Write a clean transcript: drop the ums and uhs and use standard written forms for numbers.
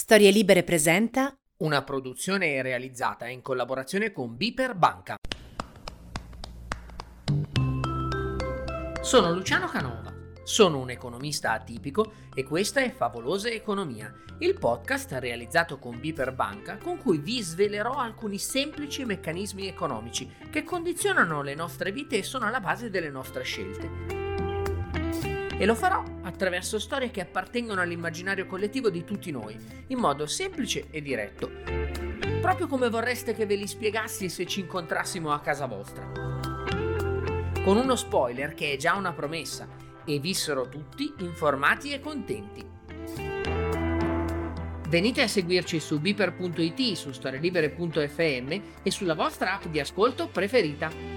Storie Libere presenta una produzione realizzata in collaborazione con Biper Banca. Sono Luciano Canova, sono un economista atipico e questa è Favolosa Economia, il podcast realizzato con Biper Banca con cui vi svelerò alcuni semplici meccanismi economici che condizionano le nostre vite e sono alla base delle nostre scelte. E lo farò attraverso storie che appartengono all'immaginario collettivo di tutti noi, in modo semplice e diretto, proprio come vorreste che ve li spiegassi se ci incontrassimo a casa vostra. Con uno spoiler che è già una promessa, e vissero tutti informati e contenti. Venite a seguirci su biper.it, su storielibere.fm e sulla vostra app di ascolto preferita.